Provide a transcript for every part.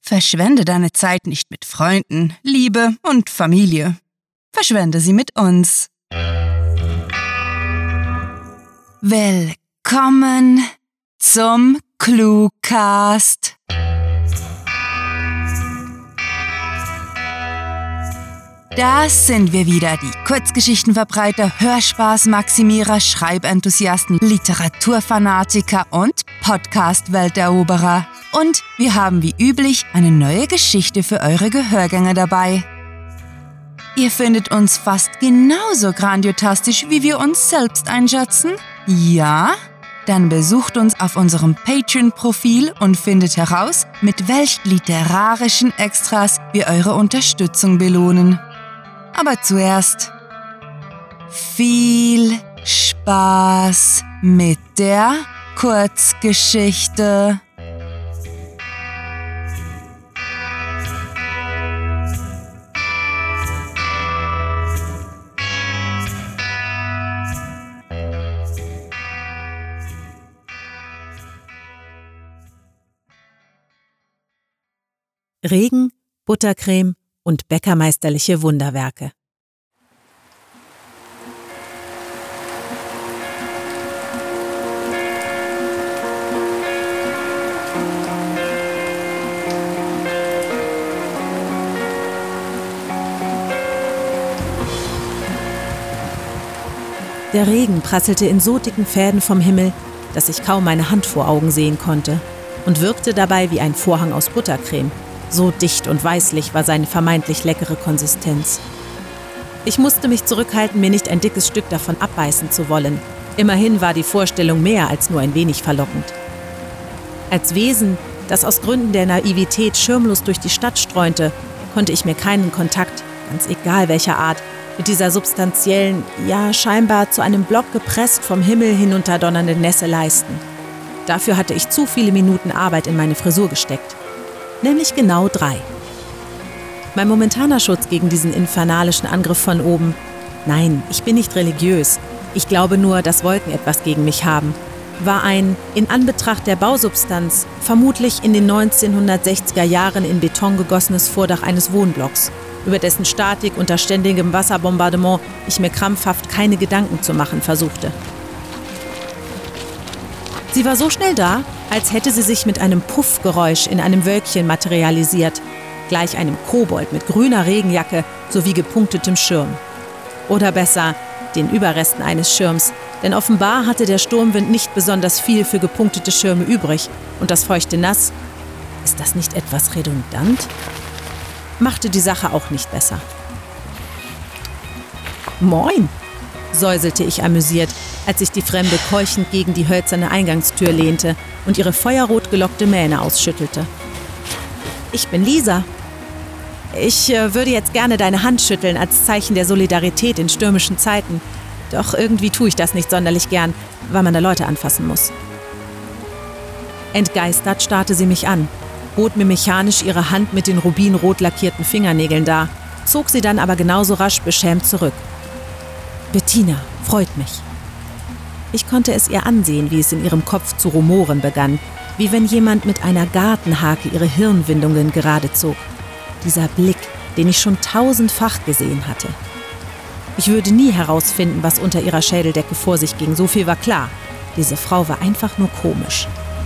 Verschwende deine Zeit nicht mit Freunden, Liebe und Familie. Verschwende sie mit uns. Willkommen zum Cluecast. Das sind wir wieder, die Kurzgeschichtenverbreiter, Hörspaßmaximierer, Schreibenthusiasten, Literaturfanatiker und Podcast-Welteroberer. Und wir haben wie üblich eine neue Geschichte für eure Gehörgänge dabei. Ihr findet uns fast genauso grandiotastisch, wie wir uns selbst einschätzen? Ja? Dann besucht uns auf unserem Patreon-Profil und findet heraus, mit welch literarischen Extras wir eure Unterstützung belohnen. Aber zuerst viel Spaß mit der Kurzgeschichte. Regen, Buttercreme und bäckermeisterliche Wunderwerke. Der Regen prasselte in so dicken Fäden vom Himmel, dass ich kaum meine Hand vor Augen sehen konnte und wirkte dabei wie ein Vorhang aus Buttercreme. So dicht und weißlich war seine vermeintlich leckere Konsistenz. Ich musste mich zurückhalten, mir nicht ein dickes Stück davon abbeißen zu wollen. Immerhin war die Vorstellung mehr als nur ein wenig verlockend. Als Wesen, das aus Gründen der Naivität schirmlos durch die Stadt streunte, konnte ich mir keinen Kontakt, ganz egal welcher Art, mit dieser substanziellen, ja scheinbar zu einem Block gepresst vom Himmel hinunterdonnernden Nässe leisten. Dafür hatte ich zu viele Minuten Arbeit in meine Frisur gesteckt. Nämlich genau 3. Mein momentaner Schutz gegen diesen infernalischen Angriff von oben. Nein, ich bin nicht religiös. Ich glaube nur, dass Wolken etwas gegen mich haben. War ein, in Anbetracht der Bausubstanz, vermutlich in den 1960er Jahren in Beton gegossenes Vordach eines Wohnblocks, über dessen Statik unter ständigem Wasserbombardement ich mir krampfhaft keine Gedanken zu machen versuchte. Sie war so schnell da, als hätte sie sich mit einem Puffgeräusch in einem Wölkchen materialisiert, gleich einem Kobold mit grüner Regenjacke sowie gepunktetem Schirm. Oder besser, den Überresten eines Schirms, denn offenbar hatte der Sturmwind nicht besonders viel für gepunktete Schirme übrig und das feuchte Nass, ist das nicht etwas redundant? Machte die Sache auch nicht besser. »Moin«, säuselte ich amüsiert, als sich die Fremde keuchend gegen die hölzerne Eingangstür lehnte und ihre feuerrot gelockte Mähne ausschüttelte. »Ich bin Lisa. Ich würde jetzt gerne deine Hand schütteln als Zeichen der Solidarität in stürmischen Zeiten. Doch irgendwie tue ich das nicht sonderlich gern, weil man da Leute anfassen muss.« Entgeistert starrte sie mich an, bot mir mechanisch ihre Hand mit den rubinrot lackierten Fingernägeln dar, zog sie dann aber genauso rasch beschämt zurück. »Bettina, freut mich.« Ich konnte es ihr ansehen, wie es in ihrem Kopf zu rumoren begann, wie wenn jemand mit einer Gartenhake ihre Hirnwindungen gerade zog. Dieser Blick, den ich schon 1000-fach gesehen hatte. Ich würde nie herausfinden, was unter ihrer Schädeldecke vor sich ging, so viel war klar. Diese Frau war einfach nur komisch.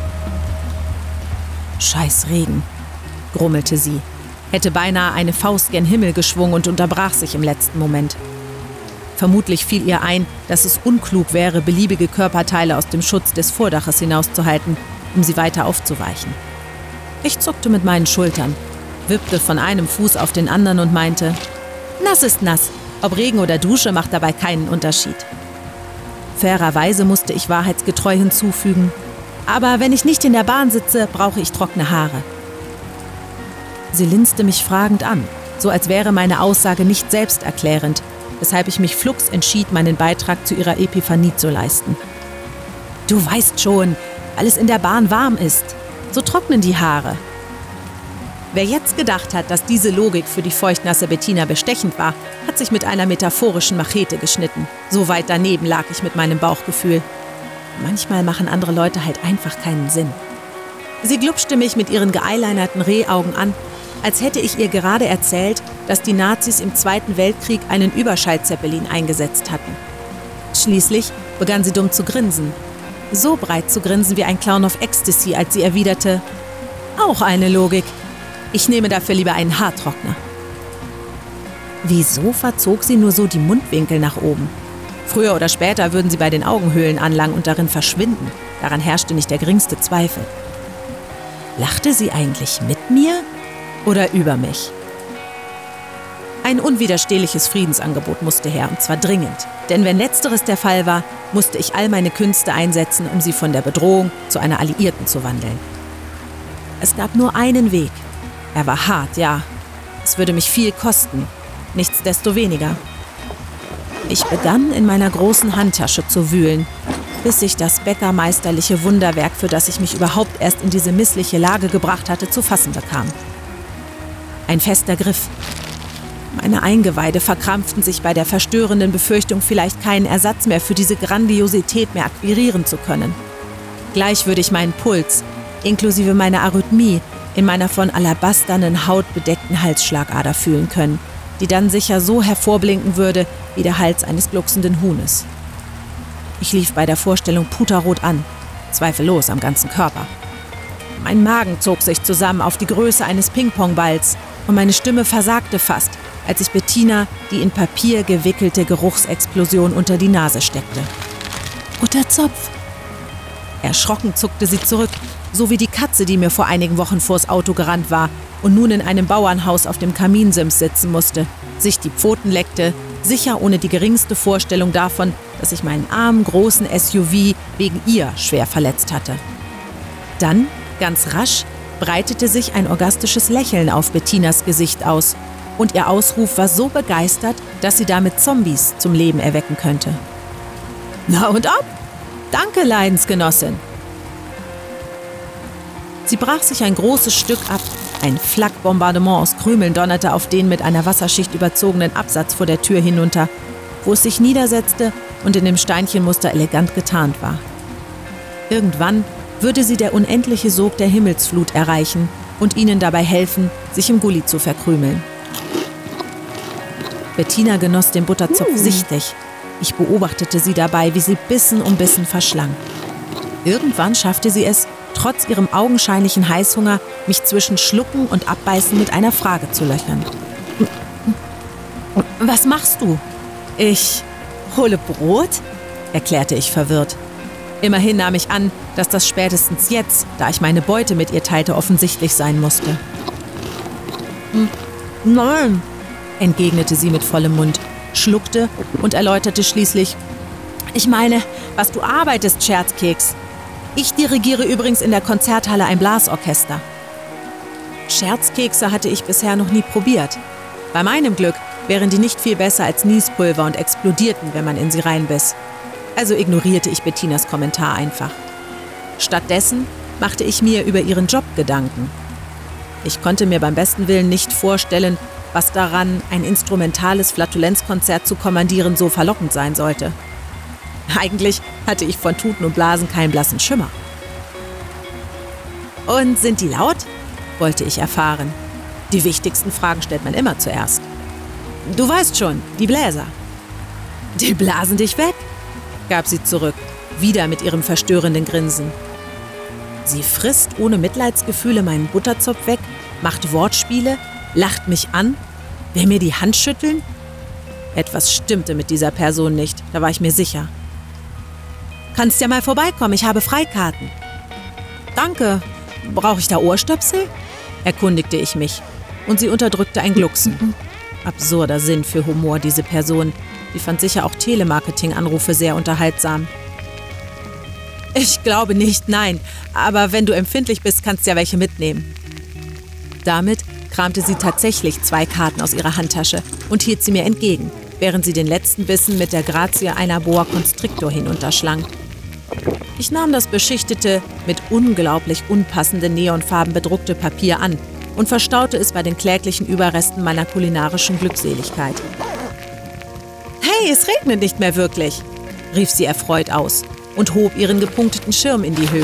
»Scheiß Regen«, grummelte sie, hätte beinahe eine Faust gen Himmel geschwungen und unterbrach sich im letzten Moment. Vermutlich fiel ihr ein, dass es unklug wäre, beliebige Körperteile aus dem Schutz des Vordaches hinauszuhalten, um sie weiter aufzuweichen. Ich zuckte mit meinen Schultern, wippte von einem Fuß auf den anderen und meinte, »Nass ist nass, ob Regen oder Dusche macht dabei keinen Unterschied.« Fairerweise musste ich wahrheitsgetreu hinzufügen, »Aber wenn ich nicht in der Bahn sitze, brauche ich trockene Haare.« Sie linste mich fragend an, so als wäre meine Aussage nicht selbsterklärend, weshalb ich mich flugs entschied, meinen Beitrag zu ihrer Epiphanie zu leisten. »Du weißt schon, weil es in der Bahn warm ist. So trocknen die Haare.« Wer jetzt gedacht hat, dass diese Logik für die feuchtnasse Bettina bestechend war, hat sich mit einer metaphorischen Machete geschnitten. So weit daneben lag ich mit meinem Bauchgefühl. Manchmal machen andere Leute halt einfach keinen Sinn. Sie glupschte mich mit ihren geeyelinerten Rehaugen an, als hätte ich ihr gerade erzählt, dass die Nazis im Zweiten Weltkrieg einen Überschallzeppelin eingesetzt hatten. Schließlich begann sie dumm zu grinsen. So breit zu grinsen wie ein Clown auf Ecstasy, als sie erwiderte: Auch eine Logik. Ich nehme dafür lieber einen Haartrockner. Wieso verzog sie nur so die Mundwinkel nach oben? Früher oder später würden sie bei den Augenhöhlen anlangen und darin verschwinden. Daran herrschte nicht der geringste Zweifel. Lachte sie eigentlich mit mir oder über mich? Ein unwiderstehliches Friedensangebot musste her, und zwar dringend. Denn wenn letzteres der Fall war, musste ich all meine Künste einsetzen, um sie von der Bedrohung zu einer Alliierten zu wandeln. Es gab nur einen Weg. Er war hart, ja. Es würde mich viel kosten. Nichtsdestoweniger. Ich begann, in meiner großen Handtasche zu wühlen, bis ich das bäckermeisterliche Wunderwerk, für das ich mich überhaupt erst in diese missliche Lage gebracht hatte, zu fassen bekam. Ein fester Griff. Meine Eingeweide verkrampften sich bei der verstörenden Befürchtung, vielleicht keinen Ersatz mehr für diese Grandiosität mehr akquirieren zu können. Gleich würde ich meinen Puls, inklusive meiner Arrhythmie, in meiner von alabasternen Haut bedeckten Halsschlagader fühlen können, die dann sicher so hervorblinken würde wie der Hals eines glucksenden Huhnes. Ich lief bei der Vorstellung puterrot an, zweifellos am ganzen Körper. Mein Magen zog sich zusammen auf die Größe eines Ping-Pong-Balls und meine Stimme versagte fast, als ich Bettina die in Papier gewickelte Geruchsexplosion unter die Nase steckte. Butterzopf! Erschrocken zuckte sie zurück, so wie die Katze, die mir vor einigen Wochen vors Auto gerannt war und nun in einem Bauernhaus auf dem Kaminsims sitzen musste, sich die Pfoten leckte, sicher ohne die geringste Vorstellung davon, dass ich meinen armen, großen SUV wegen ihr schwer verletzt hatte. Dann, ganz rasch, breitete sich ein orgastisches Lächeln auf Bettinas Gesicht aus und ihr Ausruf war so begeistert, dass sie damit Zombies zum Leben erwecken könnte. Na und ab? Danke, Leidensgenossin! Sie brach sich ein großes Stück ab. Ein Flakbombardement aus Krümeln donnerte auf den mit einer Wasserschicht überzogenen Absatz vor der Tür hinunter, wo es sich niedersetzte und in dem Steinchenmuster elegant getarnt war. Irgendwann würde sie der unendliche Sog der Himmelsflut erreichen und ihnen dabei helfen, sich im Gully zu verkrümeln. Bettina genoss den Butterzopf sichtlich. Ich beobachtete sie dabei, wie sie Bissen um Bissen verschlang. Irgendwann schaffte sie es, trotz ihrem augenscheinlichen Heißhunger, mich zwischen Schlucken und Abbeißen mit einer Frage zu löchern. Was machst du? Ich hole Brot, erklärte ich verwirrt. Immerhin nahm ich an, dass das spätestens jetzt, da ich meine Beute mit ihr teilte, offensichtlich sein musste. Nein, entgegnete sie mit vollem Mund, schluckte und erläuterte schließlich: Ich meine, was du arbeitest, Scherzkeks. Ich dirigiere übrigens in der Konzerthalle ein Blasorchester. Scherzkekse hatte ich bisher noch nie probiert. Bei meinem Glück wären die nicht viel besser als Niespulver und explodierten, wenn man in sie reinbiss. Also ignorierte ich Bettinas Kommentar einfach. Stattdessen machte ich mir über ihren Job Gedanken. Ich konnte mir beim besten Willen nicht vorstellen, was daran, ein instrumentales Flatulenzkonzert zu kommandieren, so verlockend sein sollte. Eigentlich hatte ich von Tuten und Blasen keinen blassen Schimmer. Und sind die laut? Wollte ich erfahren. Die wichtigsten Fragen stellt man immer zuerst. Du weißt schon, die Bläser. Die blasen dich weg, gab sie zurück, wieder mit ihrem verstörenden Grinsen. Sie frisst ohne Mitleidsgefühle meinen Butterzopf weg, macht Wortspiele, lacht mich an, will mir die Hand schütteln? Etwas stimmte mit dieser Person nicht, da war ich mir sicher. Kannst ja mal vorbeikommen, ich habe Freikarten. Danke. Brauche ich da Ohrstöpsel? Erkundigte ich mich. Und sie unterdrückte ein Glucksen. Absurder Sinn für Humor, diese Person. Die fand sicher auch Telemarketing-Anrufe sehr unterhaltsam. Ich glaube nicht, nein. Aber wenn du empfindlich bist, kannst du ja welche mitnehmen. Damit kramte sie tatsächlich 2 Karten aus ihrer Handtasche und hielt sie mir entgegen, während sie den letzten Bissen mit der Grazie einer Boa Constrictor hinunterschlang. Ich nahm das beschichtete, mit unglaublich unpassenden Neonfarben bedruckte Papier an und verstaute es bei den kläglichen Überresten meiner kulinarischen Glückseligkeit. »Hey, es regnet nicht mehr wirklich«, rief sie erfreut aus und hob ihren gepunkteten Schirm in die Höhe,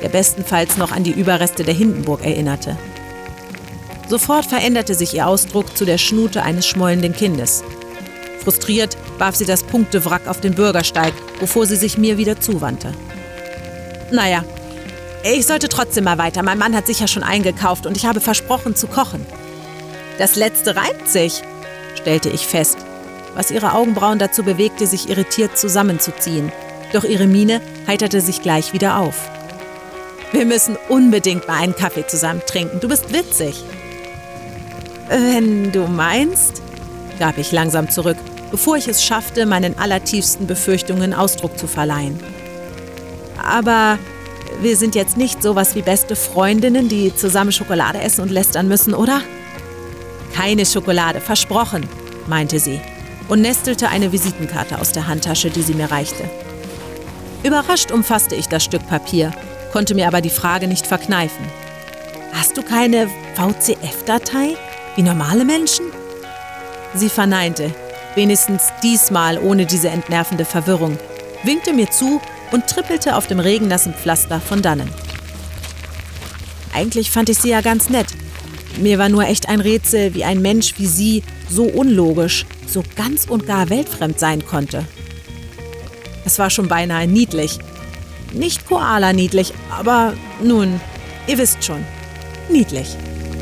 der bestenfalls noch an die Überreste der Hindenburg erinnerte. Sofort veränderte sich ihr Ausdruck zu der Schnute eines schmollenden Kindes. Frustriert warf sie das Punktewrack auf den Bürgersteig, bevor sie sich mir wieder zuwandte. Naja, ich sollte trotzdem mal weiter. Mein Mann hat sicher schon eingekauft und ich habe versprochen zu kochen. Das Letzte reimt sich, stellte ich fest, was ihre Augenbrauen dazu bewegte, sich irritiert zusammenzuziehen. Doch ihre Miene heiterte sich gleich wieder auf. Wir müssen unbedingt mal einen Kaffee zusammen trinken. Du bist witzig. Wenn du meinst, gab ich langsam zurück, bevor ich es schaffte, meinen allertiefsten Befürchtungen Ausdruck zu verleihen. Aber wir sind jetzt nicht sowas wie beste Freundinnen, die zusammen Schokolade essen und lästern müssen, oder? Keine Schokolade, versprochen, meinte sie und nestelte eine Visitenkarte aus der Handtasche, die sie mir reichte. Überrascht umfasste ich das Stück Papier, konnte mir aber die Frage nicht verkneifen. Hast du keine VCF-Datei, wie normale Menschen? Sie verneinte, wenigstens diesmal ohne diese entnervende Verwirrung, winkte mir zu und trippelte auf dem regennassen Pflaster von dannen. Eigentlich fand ich sie ja ganz nett. Mir war nur echt ein Rätsel, wie ein Mensch wie sie so unlogisch, so ganz und gar weltfremd sein konnte. Es war schon beinahe niedlich. Nicht Koala-niedlich, aber nun, ihr wisst schon, niedlich.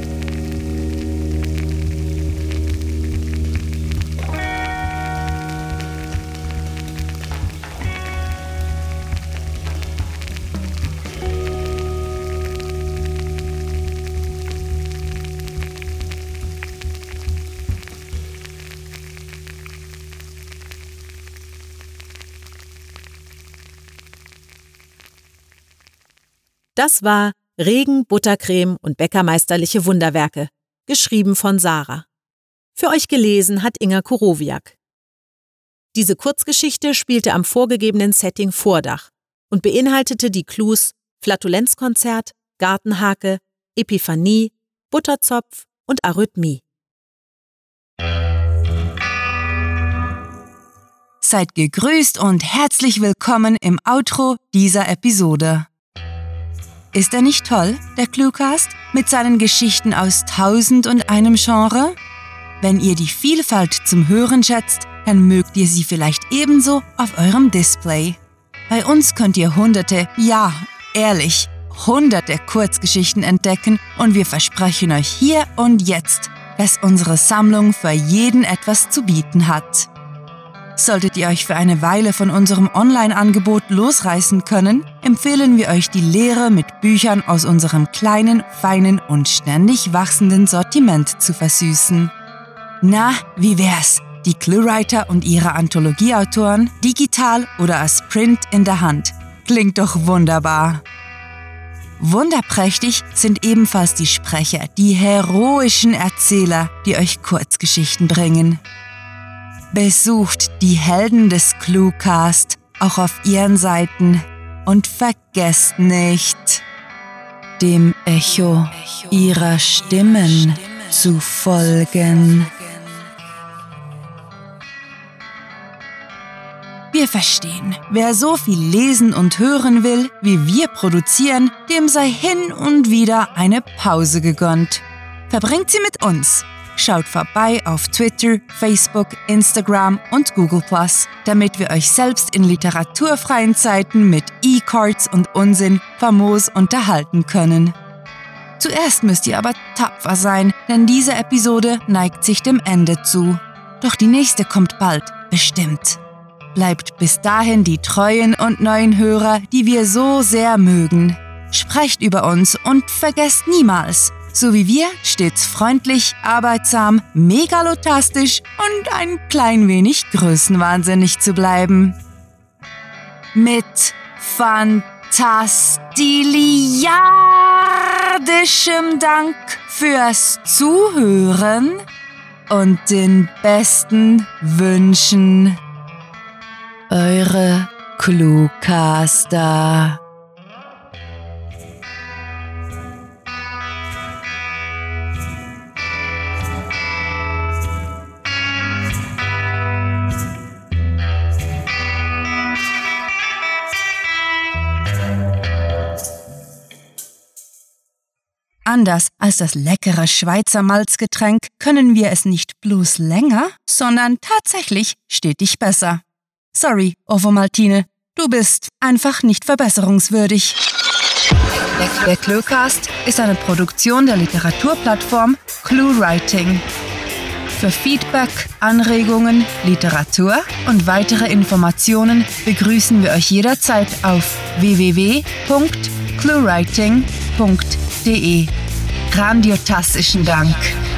Das war Regen, Buttercreme und bäckermeisterliche Wunderwerke, geschrieben von Sarah. Für euch gelesen hat Inga Kurowiak. Diese Kurzgeschichte spielte am vorgegebenen Setting Vordach und beinhaltete die Clues Flatulenzkonzert, Gartenhake, Epiphanie, Butterzopf und Arrhythmie. Seid gegrüßt und herzlich willkommen im Outro dieser Episode. Ist er nicht toll, der Cluecast, mit seinen Geschichten aus 1001 Genre? Wenn ihr die Vielfalt zum Hören schätzt, dann mögt ihr sie vielleicht ebenso auf eurem Display. Bei uns könnt ihr hunderte, ja, ehrlich, hunderte Kurzgeschichten entdecken und wir versprechen euch hier und jetzt, dass unsere Sammlung für jeden etwas zu bieten hat. Solltet ihr euch für eine Weile von unserem Online-Angebot losreißen können, empfehlen wir euch die Lehre mit Büchern aus unserem kleinen, feinen und ständig wachsenden Sortiment zu versüßen. Na, wie wär's? Die Cluewriter und ihre Anthologieautoren, digital oder als Print in der Hand. Klingt doch wunderbar. Wunderprächtig sind ebenfalls die Sprecher, die heroischen Erzähler, die euch Kurzgeschichten bringen. Besucht die Helden des Cluecast auch auf ihren Seiten und vergesst nicht, dem Echo ihrer Stimmen zu folgen. Wir verstehen, wer so viel lesen und hören will, wie wir produzieren, dem sei hin und wieder eine Pause gegönnt. Verbringt sie mit uns! Schaut vorbei auf Twitter, Facebook, Instagram und Google+, damit wir euch selbst in literaturfreien Zeiten mit E-Cards und Unsinn famos unterhalten können. Zuerst müsst ihr aber tapfer sein, denn diese Episode neigt sich dem Ende zu. Doch die nächste kommt bald, bestimmt. Bleibt bis dahin die treuen und neuen Hörer, die wir so sehr mögen. Sprecht über uns und vergesst niemals, so wie wir, stets freundlich, arbeitsam, megalotastisch und ein klein wenig größenwahnsinnig zu bleiben. Mit fantastiliardischem Dank fürs Zuhören und den besten Wünschen. Eure Cluecaster. Anders als das leckere Schweizer Malzgetränk können wir es nicht bloß länger, sondern tatsächlich stetig besser. Sorry, Ovomaltine, du bist einfach nicht verbesserungswürdig. Der Cluecast ist eine Produktion der Literaturplattform ClueWriting. Für Feedback, Anregungen, Literatur und weitere Informationen begrüßen wir euch jederzeit auf www.cluewriting.de. Grandiotastischen Dank.